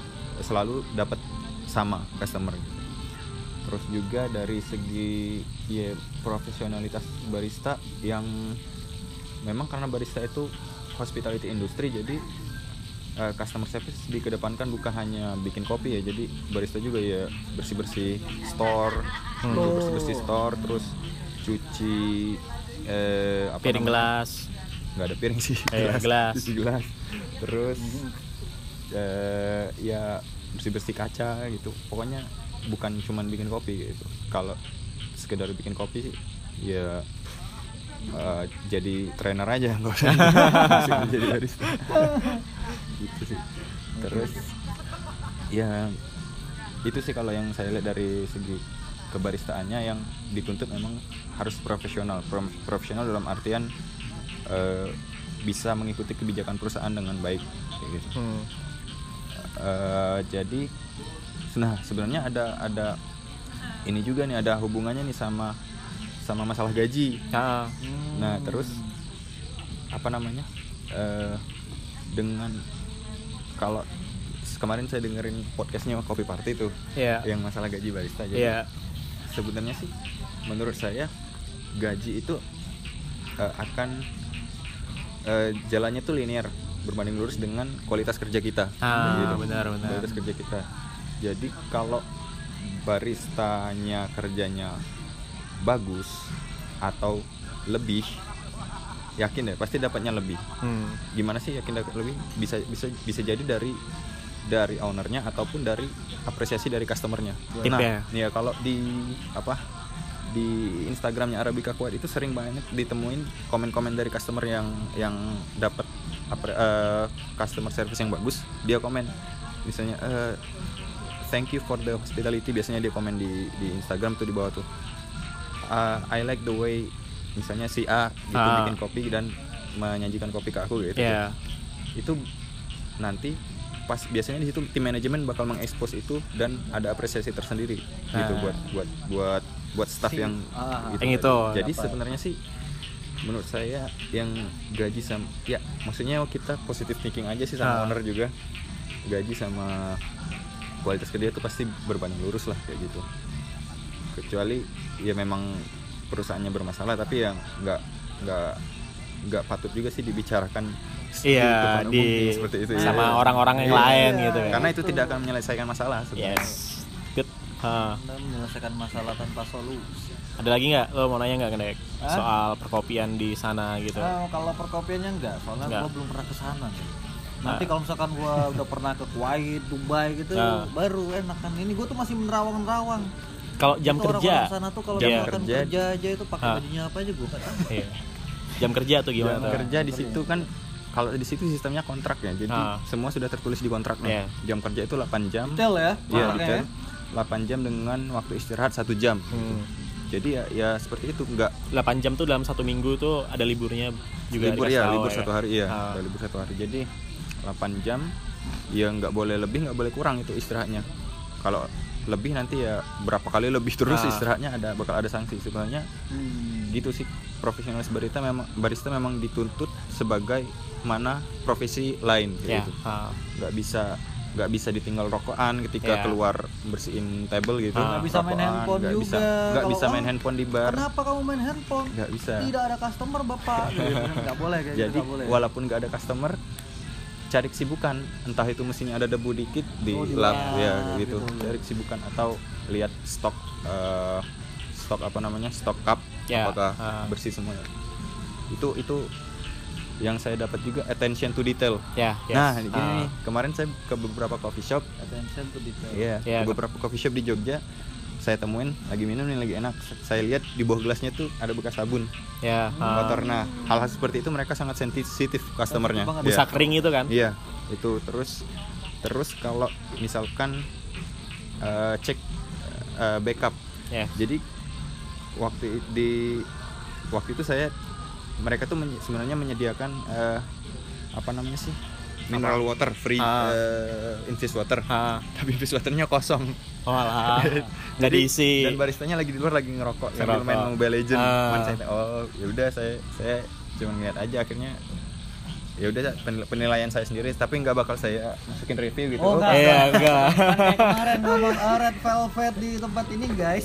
selalu dapat sama customer gitu. Terus juga dari segi ya profesionalitas barista yang memang karena barista itu hospitality industry, jadi uh, customer service dikedepankan bukan hanya bikin kopi ya, jadi barista juga ya bersih-bersih store,
Hmm.
gitu, bersih-bersih store, terus cuci eh, apa
Piring
namanya?
gelas.
Nggak ada piring sih,
Eh, gelas.
cuci gelas, terus eh, ya bersih-bersih kaca gitu, pokoknya bukan cuman bikin kopi gitu. Kalau sekedar bikin kopi ya uh, jadi trainer aja, nggak usah langsung jadi barista gitu sih. Terus ya itu sih kalau yang saya lihat dari segi kebaristaannya, yang dituntut memang harus profesional. Pro- profesional dalam artian uh, bisa mengikuti kebijakan perusahaan dengan baik kayak gitu.
Hmm.
Uh, jadi nah sebenarnya ada ada ini juga nih, ada hubungannya nih sama sama masalah gaji.
Ah.
Nah terus apa namanya uh, dengan kalau kemarin saya dengerin podcastnya Kopi Party tuh,
Iya.
yang masalah gaji barista. Jadi
Iya.
sebenarnya sih menurut saya gaji itu uh, akan uh, jalannya tuh linear, berbanding lurus dengan kualitas kerja kita.
Ah, benar, benar.
Kualitas kerja kita. Jadi kalau baristanya kerjanya bagus atau lebih, yakin deh pasti dapatnya lebih.
Hmm.
Gimana sih yakin dapat lebih? Bisa bisa bisa jadi dari dari ownernya ataupun dari apresiasi dari customernya.
Tipnya.
Nah, ya kalau di apa di Instagramnya Arabica Kuwait itu sering banget ditemuin komen-komen dari customer yang yang dapat apre- eh, customer service yang bagus. Dia komen misalnya eh, thank you for the hospitality, biasanya dia komen di di Instagram tuh di bawah tuh. Uh, I like the way misalnya si A gitu
Ah.
bikin kopi dan menyajikan kopi ke aku gitu.
Iya.
Itu nanti pas biasanya di situ tim manajemen bakal mengekspos itu dan ada apresiasi tersendiri gitu
Ah.
buat buat buat buat staff
Si-
yang
ah,
gitu.
yang itu.
Jadi
Dapat.
sebenarnya sih menurut saya yang gaji sama ya maksudnya kita positive thinking aja sih sama
Ah.
owner juga. Gaji sama kualitas kerja itu pasti berbanding lurus lah kayak gitu. Kecuali ya memang perusahaannya bermasalah, tapi yang nggak nggak nggak patut juga sih dibicarakan
Iya,
depan umum
di
seperti itu
sama
ya.
orang-orang yang
Iya.
lain
Iya.
gitu kan.
Karena itu tidak akan menyelesaikan masalah sebenarnya.
Yes. Good. Ah.
Anda menyelesaikan masalah tanpa solusi.
Ada lagi nggak? Lo mau nanya nggak Kendek?
Hah?
Soal perkopian di sana gitu.
Ah, kalau perkopiannya enggak, soalnya
Enggak.
gua belum pernah ke sana. Nanti
Nah.
kalau misalkan gua udah pernah ke Kuwait, Dubai gitu,
Nah.
baru enak kan. Ini gua tuh masih menerawang-nerawang.
Kalau jam
Itu
kerja,
orang-orang sana tuh kalau
jam
misalkan
kerja.
kerja aja itu pakai
Ah.
bajunya apa aja gua enggak tahu.
iya. Jam kerja tuh gimana
Jam
tuh?
kerja di situ kan kalau di situ sistemnya kontrak ya. Jadi
Ah.
semua sudah tertulis di kontraknya.
Iya.
Jam kerja itu delapan jam.
Detail ya.
Iya,
kontraknya
detail.
ya.
delapan jam dengan waktu istirahat satu jam.
Hmm.
Jadi ya ya seperti itu, enggak
delapan jam tuh dalam satu minggu tuh ada liburnya juga.
libur
dikasih
ya,
tahu
libur satu hari iya,
Ah.
ada libur satu hari. Jadi delapan jam ya nggak boleh lebih, nggak boleh kurang itu istirahatnya. Kalau lebih nanti ya berapa kali lebih terus
Ah.
istirahatnya ada bakal ada sanksi sebenarnya.
Hmm.
Gitu sih, profesionalis barista memang barista memang dituntut sebagai mana profesi lain
Ya.
gitu.
Ah.
Nggak bisa nggak bisa ditinggal rokokan ketika
Ya.
keluar bersihin table gitu.
Ah.
Nggak bisa main
Rokokan,
handphone
nggak
juga.
bisa nggak
Kalau
bisa main
orang,
handphone di bar.
Kenapa kamu main handphone?
Nggak bisa.
Tidak ada customer bapak. Gitu. Nggak boleh kayak gitu,
Jadi
nggak boleh.
walaupun nggak ada customer, cari kesibukan, entah itu mesinnya ada debu dikit di
Oh, di
lab
lab,
ya gitu.
gitu.
Cari kesibukan atau lihat stok eh, stok apa namanya? Stok cup
Ya,
apakah
ah.
bersih semua. Itu itu yang saya dapat juga attention to detail.
Ya, yes.
Nah, gini
Ah.
nih, kemarin saya ke beberapa coffee shop.
Attention to detail.
Iya,
Ya,
ke beberapa coffee shop di Jogja. Saya temuin lagi minum nih lagi enak. Saya lihat di bawah gelasnya tuh ada bekas sabun
Ya. ah.
kotor. Nah, hal-hal seperti itu mereka sangat sensitif customernya.
Sensitif banget.
Iya.
Busa kering itu kan?
Iya, itu terus terus kalau misalkan eh, cek eh, backup.
Ya.
Jadi waktu i- di waktu itu saya mereka tuh menye- sebenarnya menyediakan eh, apa namanya sih? Mineral water free,
Ah.
eh, infused water.
Ah.
Tapi infused waternya kosong.
Oh alah. Nggak
Jadi
diisi.
dan baristanya lagi di luar lagi ngerokok sambil
Ngerokok.
main Mobile Legend.
Ah.
Cuman saya oh ya udah saya saya cuma ngeliat aja akhirnya ya udah pen- penilaian saya sendiri tapi nggak bakal saya masukin review gitu.
Oh, nggak.
Iya, enggak.
Kayak kemarin ngomong oh, red velvet di tempat ini guys.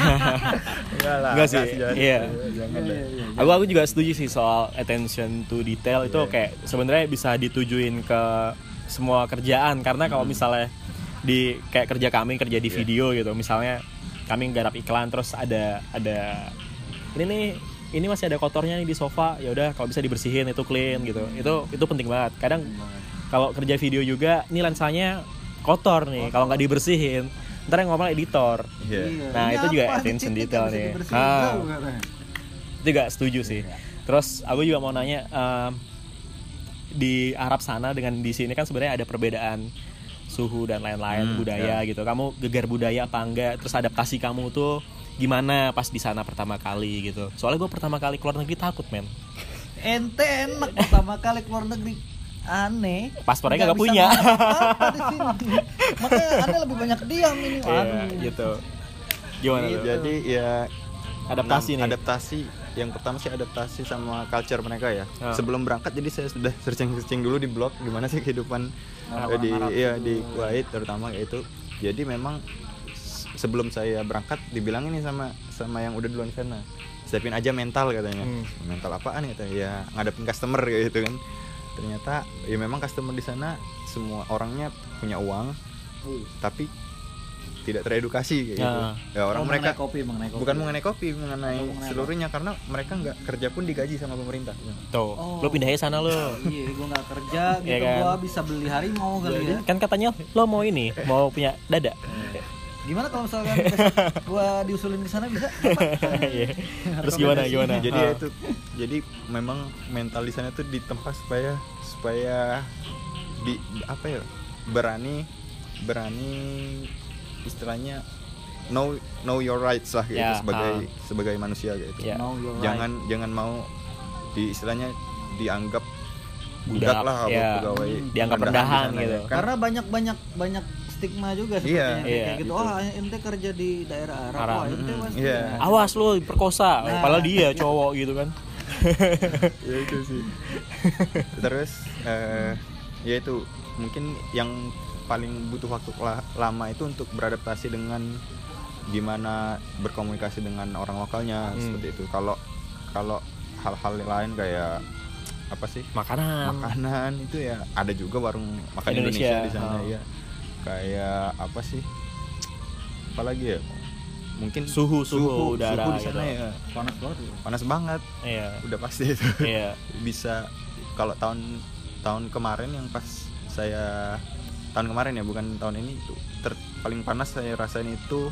enggak lah.
Enggak sih,
jangan.
iya.
Jangan
Iya,
deh.
iya, iya.
Aku aku juga setuju sih soal attention to detail itu
Iya.
kayak sebenarnya bisa ditujuin ke semua kerjaan karena kalau
Hmm.
misalnya di kayak kerja kami kerja di
Yeah.
video gitu, misalnya kami garap iklan terus ada ada ini nih ini masih ada kotornya nih di sofa, ya udah kalau bisa dibersihin itu clean gitu, itu itu penting banget. Kadang kalau kerja video juga nih lensanya kotor nih, kalau nggak dibersihin ntar yang ngomong editor.
Iya.
Nah,
Ini
itu juga
apa?
attention
Titik
detail
nggak bisa
nih.
dibersihin,
Ah.
jauh katanya.
Itu juga setuju sih. Terus aku juga mau nanya, um, di Arab sana dengan di sini kan sebenarnya ada perbedaan suhu dan lain-lain,
Hmm,
budaya gitu. Kamu gegar budaya apa enggak? Terus adaptasi kamu tuh gimana pas di sana pertama kali gitu? Soalnya gue pertama kali keluar negeri takut, men.
Ente enak pertama kali keluar negeri. Aneh.
Paspornya
Nggak
nggak
bisa
punya.
ngomong apa-apa di sini. Makanya Anda lebih banyak diam ini.
Iya,
Aduh.
gitu. Gimana tuh?
Jadi ya
Adaptasi
enam-
nih.
Adaptasi yang pertama sih adaptasi sama culture mereka ya.
Ah.
Sebelum berangkat jadi saya sudah searching-searching dulu di blog gimana sih kehidupan
Orang
eh, di
Arab
iya
itu.
di Kuwait terutama kayak itu. Jadi memang s- sebelum saya berangkat dibilangin nih sama sama yang udah duluan sana. Siapin aja mental katanya.
Hmm.
Mental apaan katanya? Ya ngadepin customer kayak gitu kan. Ternyata ya memang customer di sana semua orangnya punya uang tapi tidak teredukasi kayak gitu.
Ya.
Ya orang
Oh,
mereka
mengenai kopi, mengenai kopi.
bukan mengenai kopi, mengenai
Oh, mengenai
seluruhnya karena mereka nggak kerja pun digaji sama pemerintah.
Tuh,
Oh.
lo pindah aja sana lo.
Iya, gua nggak kerja gitu,
Iya kan?
gua bisa beli harimau kali ya.
Kan katanya lo mau ini, mau punya dada.
Gimana kalau misalkan besok gua diusulin ke sana bisa?
Iya. Terus gimana gimana?
Jadi
Ah.
ya itu, jadi memang mental di sana tuh ditempa supaya supaya di apa ya berani berani istilahnya know know your rights lah gitu
Ya,
sebagai
ah.
sebagai manusia gitu.
Ya.
Know your
Jangan
right.
jangan mau di istilahnya dianggap
Budak,
budak lah
ya.
pegawai
Dianggap
rendahan di
rendahan
sana
gitu.
ya. Kan
Karena banyak banyak banyak stigma juga sepertinya
Iya,
kayak
iya,
gitu.
gitu.
Oh, ente kerja di daerah Arab.
Arab.
Wah, ente
Mm,
pasti.
iya.
ya.
Awas lo perkosa,
Nah.
padahal dia cowok gitu kan.
ya itu sih. Terus eh, ya itu mungkin yang paling butuh waktu la- lama itu untuk beradaptasi dengan gimana berkomunikasi dengan orang lokalnya
Hmm.
seperti itu. Kalau kalau hal-hal lain kayak apa sih
Makanan.
makanan itu ya ada juga warung makan
Indonesia.
Indonesia, di sana
Oh.
ya. Kayak apa sih? Apalagi ya? Mungkin
Suhu, suhu udara
suhu di sana
gitu.
ya
Panas banget ya.
panas banget.
Iya.
Udah pasti itu.
Iya.
Bisa kalau tahun tahun kemarin yang pas saya tahun kemarin ya bukan tahun ini itu ter, paling panas saya rasain itu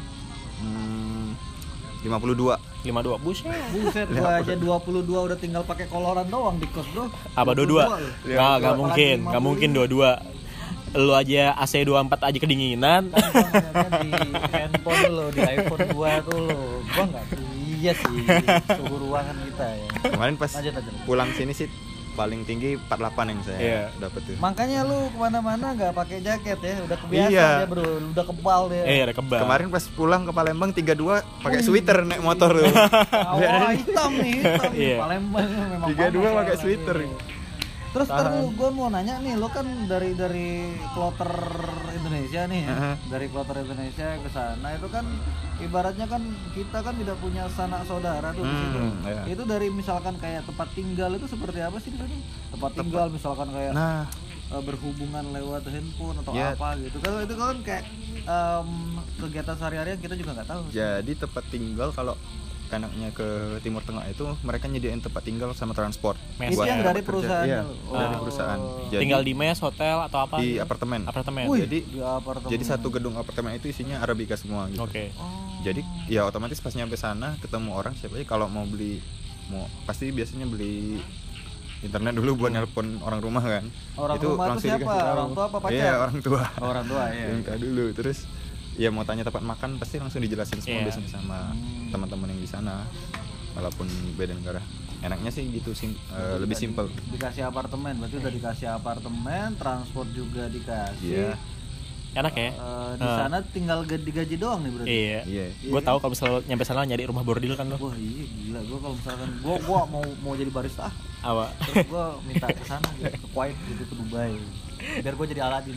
hmm, lima puluh dua.
lima puluh dua buset.
Buset, gua aja dua puluh dua udah tinggal pakai koloran doang di kos, Bro.
Apa dua puluh dua?
loh.
Nggak, nggak mungkin,
Apalagi
nggak mungkin dua puluh dua. Lu aja A C dua puluh empat aja kedinginan.
Tampangnya di handphone lo, di iPhone gua tuh lo. Gua nggak tuh. Iya sih, suhu ruangan kita ya.
Kemarin pas
Lanjut, lanjut.
pulang sini sih paling tinggi empat puluh delapan yang saya
Iya.
dapat tuh.
Makanya lu kemana-mana nggak pakai jaket ya, udah kebiasa
Iya.
ya bro, udah kebal deh.
Eh, ada kebal.
Kemarin pas pulang ke Palembang tiga puluh dua pakai sweater naik motor tuh.
Awal hitam nih, hitam nih.
Iya.
Palembang memang
tiga puluh dua
panas
pakai
ya,
sweater.
lagi. Terus
Tahan.
terus gue mau nanya nih, lo kan dari dari kloter Indonesia nih, ya.
Aha.
Dari kloter Indonesia ke sana itu kan ibaratnya kan kita kan tidak punya sanak saudara tuh di situ.
Hmm, iya.
Itu dari misalkan kayak tempat tinggal itu seperti apa sih di sana? Tempat tinggal misalkan kayak
Nah,
eh, berhubungan lewat handphone atau
Ya.
apa gitu. Kalau itu kan kayak em, kegiatan sehari-hari yang kita juga nggak tahu.
jadi tempat tinggal kalau enaknya ke Timur Tengah itu mereka nyediain tempat tinggal sama transport.
Mes
Itu
ya?
yang dari
kerja.
perusahaan.
Iya,
Oh.
dari perusahaan. Jadi
Tinggal di mes, hotel atau apa?
di
gitu?
apartemen.
Apartemen.
Wih,
Jadi
di apartemen.
jadi satu gedung apartemen itu isinya Arabica semua gitu.
Oke.
Oh.
Jadi ya otomatis pas nyampe sana ketemu orang siapa aja kalau mau beli mau pasti biasanya beli internet dulu buat nelpon orang rumah kan.
Orang rumah itu siapa?
dikasih tahu.
Orang tua apa pacar?
Iya, orang tua.
orang tua ya.
Minta dulu terus ya mau tanya tempat makan pasti langsung dijelasin semua
Iya.
biasanya sama
Hmm.
teman-teman yang di sana walaupun beda negara. Enaknya sih gitu sim, eh, lebih simpel.
Dikasih apartemen, berarti udah dikasih apartemen, transport juga dikasih.
Iya.
Enak ya?
Eh, di
Ah.
sana tinggal gaji, digaji doang nih berarti.
Iya.
Iya.
Gue tahu kalau misalnya lo nyampe sana nyari rumah bordil kan lo.
Wah iya gila, gua kalau misalkan gua gua mau mau jadi barista ah,
Apa?
terus gua minta ke sana gitu, ke Kuwait gitu, ke Dubai. Biar gua jadi Aladin.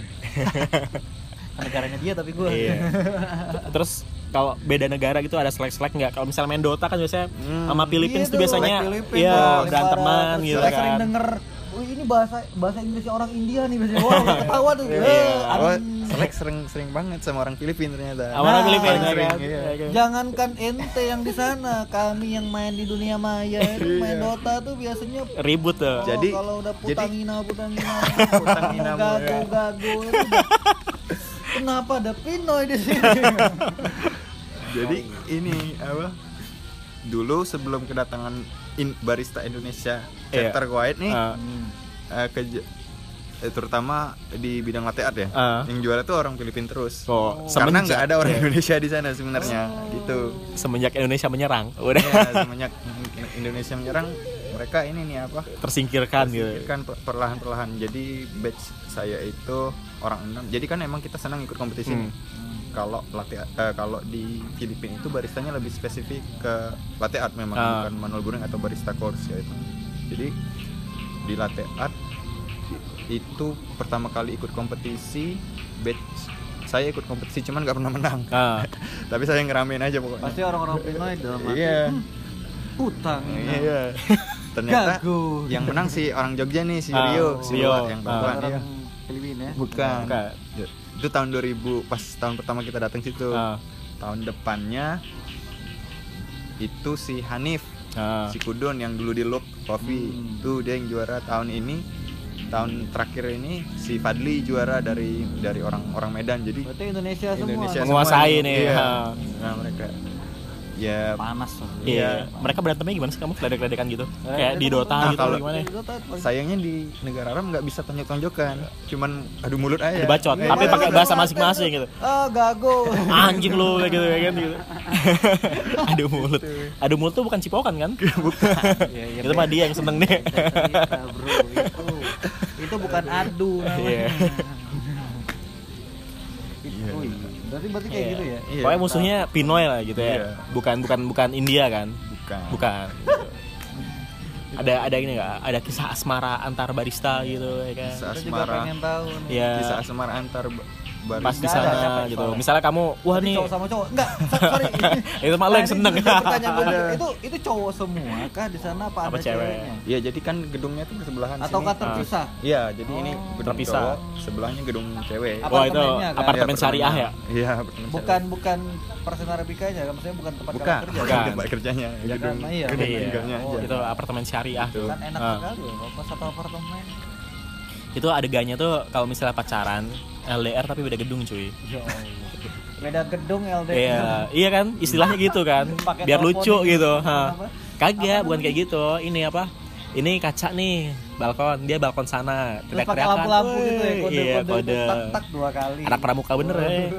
Ke negaranya dia tapi gua.
Iya. Terus kalau beda negara gitu ada selek-selek nggak? Kalau misalnya main Dota kan biasanya
Hmm.
sama Philippines
Iya
tuh biasanya
Filipina
ya
tuh,
beranteman
Terus
gitu
saya sering
kan.
denger wih ini bahasa bahasa Inggrisnya orang India nih biasanya. Wah, udah ketawa tuh.
Iya.
Eh,
Oh,
anjing.
Selek sering sering banget sama orang Filipina ternyata.
Sama orang
Nah,
Filipina
paling sering,
kan.
iya.
Iya.
Jangankan ente yang di sana, kami yang main di dunia maya itu main Dota tuh biasanya
Ribut tuh.
oh,
Jadi-
kalau udah
jadi-
putangina putangina
Putangina
gago
mulu.
gago itu udah, kenapa ada Pinoy di sini?
Jadi ini apa? Dulu sebelum kedatangan in- barista Indonesia
Iya.
chapter Kuwait nih,
Ah.
eh, ke eh, terutama di bidang latte art ya,
Ah.
yang juara tuh orang Filipina terus.
Oh,
Karena
semenjak-
nggak ada orang
iya.
Indonesia di sana sebenarnya, gitu.
Semenjak Indonesia menyerang, udah
Ya, semenjak Indonesia menyerang, mereka ini nih apa?
tersingkirkan gitu.
Kan perlahan-perlahan. Jadi batch saya itu orang enam. Jadi kan emang kita senang ikut kompetisi
Hmm.
nih. Kalau latte art- eh, kalau di Filipina itu baristanya lebih spesifik ke latte art memang,
Ah.
bukan manual brewing atau barista course ya itu. Jadi di latte art itu pertama kali ikut kompetisi, batch saya ikut kompetisi cuman nggak pernah menang.
Ah.
Tapi saya ngeramein aja pokoknya.
Pasti orang-orang Pinoy dalam hati
Iya.
hutang.
Iya. Ternyata
Gago.
yang menang si orang Jogja nih, si
Ah,
Rio, si
Rio.
Rio yang
Ah.
tahuan
Orang
iya.
Filipina ya.
Bukan.
Bukan.
Ya, itu tahun dua ribu, pas tahun pertama kita datang situ.
Ah.
Tahun depannya itu si Hanif,
Ah.
si Kudon yang dulu di Look Coffee.
Hmm.
Tuh dia yang juara tahun ini. Tahun terakhir ini si Fadli juara dari dari orang-orang Medan. Jadi
Berarti Indonesia semua.
Indonesia
Menguasai
semua
nih,
Iya.
ah.
Nah, mereka ya
Panas loh.
Iya,
Iya.
mereka berantemnya gimana sih kamu? Ledek-ledekan gitu?
Eh,
Kayak di
itu
Dota
Ah,
gitu
kalau-
gimana?
Di Dota paling-
sayangnya di negara Arab nggak bisa tonjok-tonjokan, cuman adu mulut aja.
Dibacot,
Iya,
tapi
iya,
pakai
iya,
bahasa
iya,
masing-masing
iya.
gitu.
Ah, gago.
Anjing lu kayak gitu kayak gitu. gitu. Adu mulut. Adu mulut tuh bukan cipokan kan?
Iya, iya,
Itu mah dia yang seneng nih.
cerita, bro. Itu itu bukan adu namanya.
Iya.
Itu, oh iya. Berarti berarti kayak
Iya.
gitu ya.
Iya.
Pokoknya musuhnya Pinoy lah gitu ya.
Iya.
Bukan bukan bukan India kan?
Bukan.
Bukan. Gitu. Ada ada ini nggak? Ada kisah asmara antar barista gitu ya kan?
Kisah
Kita juga
asmara.
pengen tahu nih.
Iya.
Kisah asmara antar ba-
Pas
barista.
di
Nggak ada,
sana
capek
gitu.
soalnya.
Misalnya kamu, wah
Berarti
nih,
cowok sama cowok. Enggak, so- sorry.
itu malah yang
Nah, ini
seneng.
juga pertanyaan gue.
Ada.
Itu itu cowok semua kah di sana apa,
Apa
ada
cewek?
ceweknya?
Iya, jadi kan gedungnya tuh bersebelahan
Atau
sini.
kah terpisah?
Iya, jadi ini
Oh.
gedung
Terpisah.
cowok, sebelahnya gedung cewek.
Apa-
Wah itu
Apartemennya kan?
apartemen
Iya,
syariah ya?
Iya, apartemen
Bukan bukan person arabikanya, maksudnya bukan tempat
Bukan,
kalian kerja.
Bukan.
bukan tempat kerjanya,
Ya
gedung,
kan, iya.
gedung
Iya.
tinggalnya
Oh,
aja.
Itu apartemen syariah tuh.
Kan enak
Ah.
sekali ya, kalau satu apartemen.
Itu adegannya tuh kalau misalnya pacaran L D R tapi beda gedung cuy.
Ya Allah. Beda gedung L D R.
Iya, iya kan? Istilahnya gitu kan.
Pakai
Biar
telepon
lucu
gitu.
gitu.
Apa?
Ha. Kagak,
Apa
bukan
namanya?
kayak gitu. Ini apa? Ini kaca nih, balkon. Dia balkon sana.
Terus pakai
Teriak-teriakan,
lampu-lampu gitu ya,
"Woi."
kode-kode
Iya, kode.
tak tak dua kali.
Anak pramuka bener ya.
Waduh.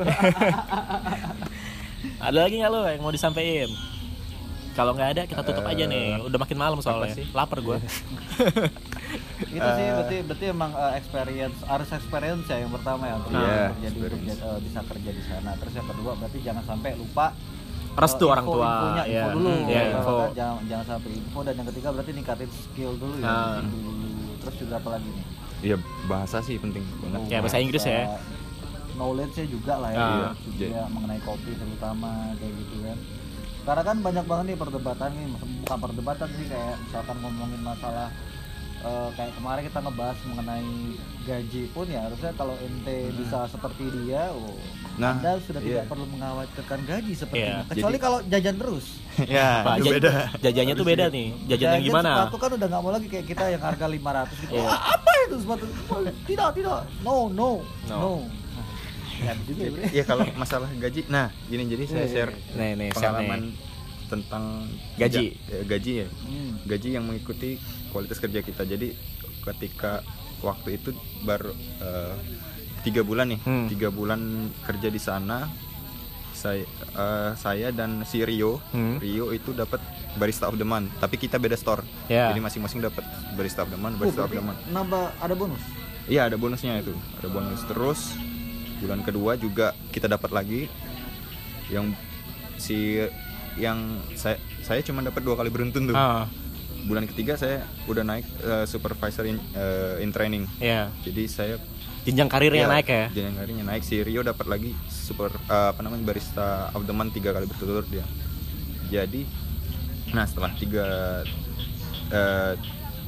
Ada lagi nggak lo yang mau disampaikan? Kalau nggak ada kita tutup aja nih. Udah makin malam soalnya.
sih?
Lapar gua.
Itu sih berarti berarti emang uh, experience harus experience ya yang pertama ya untuk
Iya,
untuk jadi untuk
experience.
jadi, uh, bisa kerja di sana. Terus yang kedua berarti jangan sampai lupa
Restu
uh,
orang tua.
infonya,
Iya.
info dulu.
Iya,
ya,
info.
kan? Jangan jangan sampai info, dan yang ketiga berarti ningkatin skill dulu ya.
Ah.
Dulu. Terus juga apa lagi nih?
Iya, bahasa sih penting banget.
Ya, bahasa Inggris ya.
Knowledge-nya juga lah ya,
Ah.
juga
Iya.
mengenai kopi terutama kayak gitu kan. Karena kan banyak banget nih perdebatan nih, bukan perdebatan sih, kayak misalkan ngomongin masalah eh, kayak kemarin kita ngebahas mengenai gaji pun ya, harusnya kalau ente bisa seperti dia, oh,
Nah,
Anda sudah
iya.
tidak perlu mengkhawatirkan gaji sepertinya.
Iya.
Kecuali
Jadi-
kalau jajan terus.
Ya,
Pak,
itu
jaj-
beda.
Jajannya tuh beda nih. Jajan yang gimana?
Sepatu kan udah nggak mau lagi kayak kita yang harga lima ratus gitu.
Iya.
"Wah, apa itu sepatu? Oh, tidak, tidak. No, no.
No.
No. Ya juga ya, Bre.
Ya kalau masalah gaji, nah gini jadi saya
Iya,
share
Nih, nih, share
pengalaman
nih.
tentang
Gaji.
ya, gaji ya,
Hmm.
gaji yang mengikuti kualitas kerja kita. Jadi ketika waktu itu baru eh, tiga bulan nih,
Hmm.
tiga bulan kerja di sana, saya eh, saya dan si Rio,
Hmm.
Rio itu dapat barista of the month, tapi kita beda store,
Ya.
jadi masing-masing dapat barista of the month,
Oh,
barista of
berarti
the month.
nambah ada bonus.
Iya, ada bonusnya itu, ada bonus. Terus bulan kedua juga kita dapat lagi yang si yang saya saya cuma dapat dua kali beruntun tuh.
Ah,
Bulan ketiga saya udah naik eh, supervisor in, eh, in training.
ya.
Jadi saya
Jenjang karirnya
ya,
naik ya.
jenjang karirnya naik. Si Rio dapat lagi super eh, apa namanya barista of the month tiga kali berturut-turut dia. Jadi nah setelah tiga eh,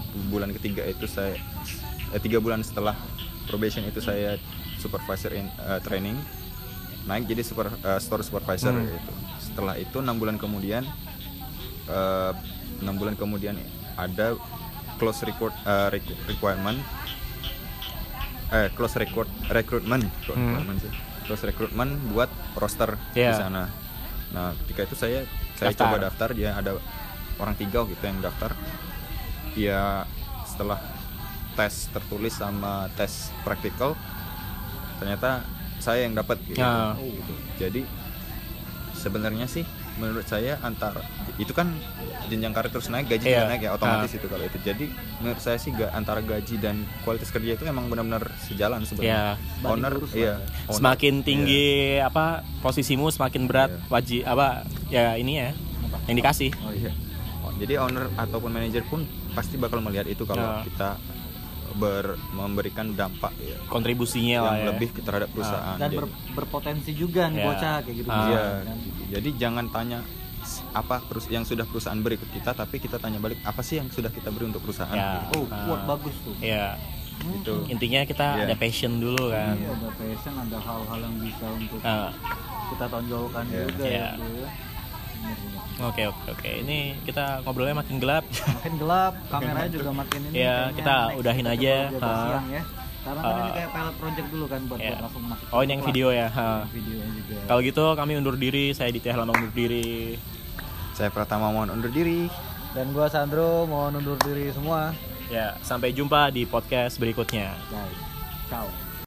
bulan ketiga itu saya eh, tiga bulan setelah probation itu saya supervisor in uh, training, naik jadi super uh, store supervisor
Hmm.
gitu. Setelah itu enam bulan kemudian uh, enam bulan kemudian ada close record uh, requ- requirement eh close record recruitment recruitment sih. Close recruitment buat roster
Yeah.
di sana. Nah, ketika itu saya saya
Daftar.
coba daftar, dia ada orang tiga gitu yang daftar. Ya setelah tes tertulis sama tes praktikal ternyata saya yang dapat gitu.
Ah.
Oh, gitu. Jadi sebenarnya sih menurut saya antara itu kan jenjang karir terus naik, gaji
Iya.
juga naik ya otomatis
Ah.
itu kalau itu. Jadi menurut saya sih ga, antara gaji dan kualitas kerja itu emang benar-benar sejalan
Ya,
sebenarnya.
Banding
Owner
lurus
iya.
lah ya.
owner,
semakin
iya.
tinggi apa posisimu semakin berat
Iya.
wajib apa ya ini ya yang dikasih.
Oh iya. Oh, jadi owner ataupun manajer pun pasti bakal melihat itu kalau
Ya.
kita ber, memberikan dampak ya,
Kontribusinya
yang
lah ya.
lebih terhadap perusahaan.
Dan
Jadi-
ber- berpotensi juga nih
Ya.
bocah kayak gitu.
Ah.
Iya,
kan.
gitu. Jadi jangan tanya s- apa perus- yang sudah perusahaan beri ke kita, tapi kita tanya balik apa sih yang sudah kita beri untuk perusahaan.
Ya.
Oh,
Ah.
kuat bagus tuh.
Ya,
Gitu.
intinya kita
Iya.
ada passion dulu kan.
Iya, ada passion, ada hal-hal yang bisa untuk
Ah,
kita tonjolkan
Iya.
juga
Iya.
ya, bro, ya. Bener, bener.
Oke oke oke. Ini kita ngobrolnya makin gelap.
Makin gelap, kameranya juga makin ini.
Iya,
kayaknya
kita
next
udahin
kita
aja.
coba buat
Ah.
siang ya. Karena kan ini
Ah.
kayak pilot project dulu kan buat,
Iya.
buat langsung masuk.
Oh ini yang
kelas.
video ya. Ha.
Videonya juga.
Kalau gitu kami undur diri. Saya Ditya Lambang undur diri.
Saya Pratama mohon undur diri.
Dan gua Sandro mau undur diri semua.
Ya sampai jumpa di podcast berikutnya.
Bye. Ciao.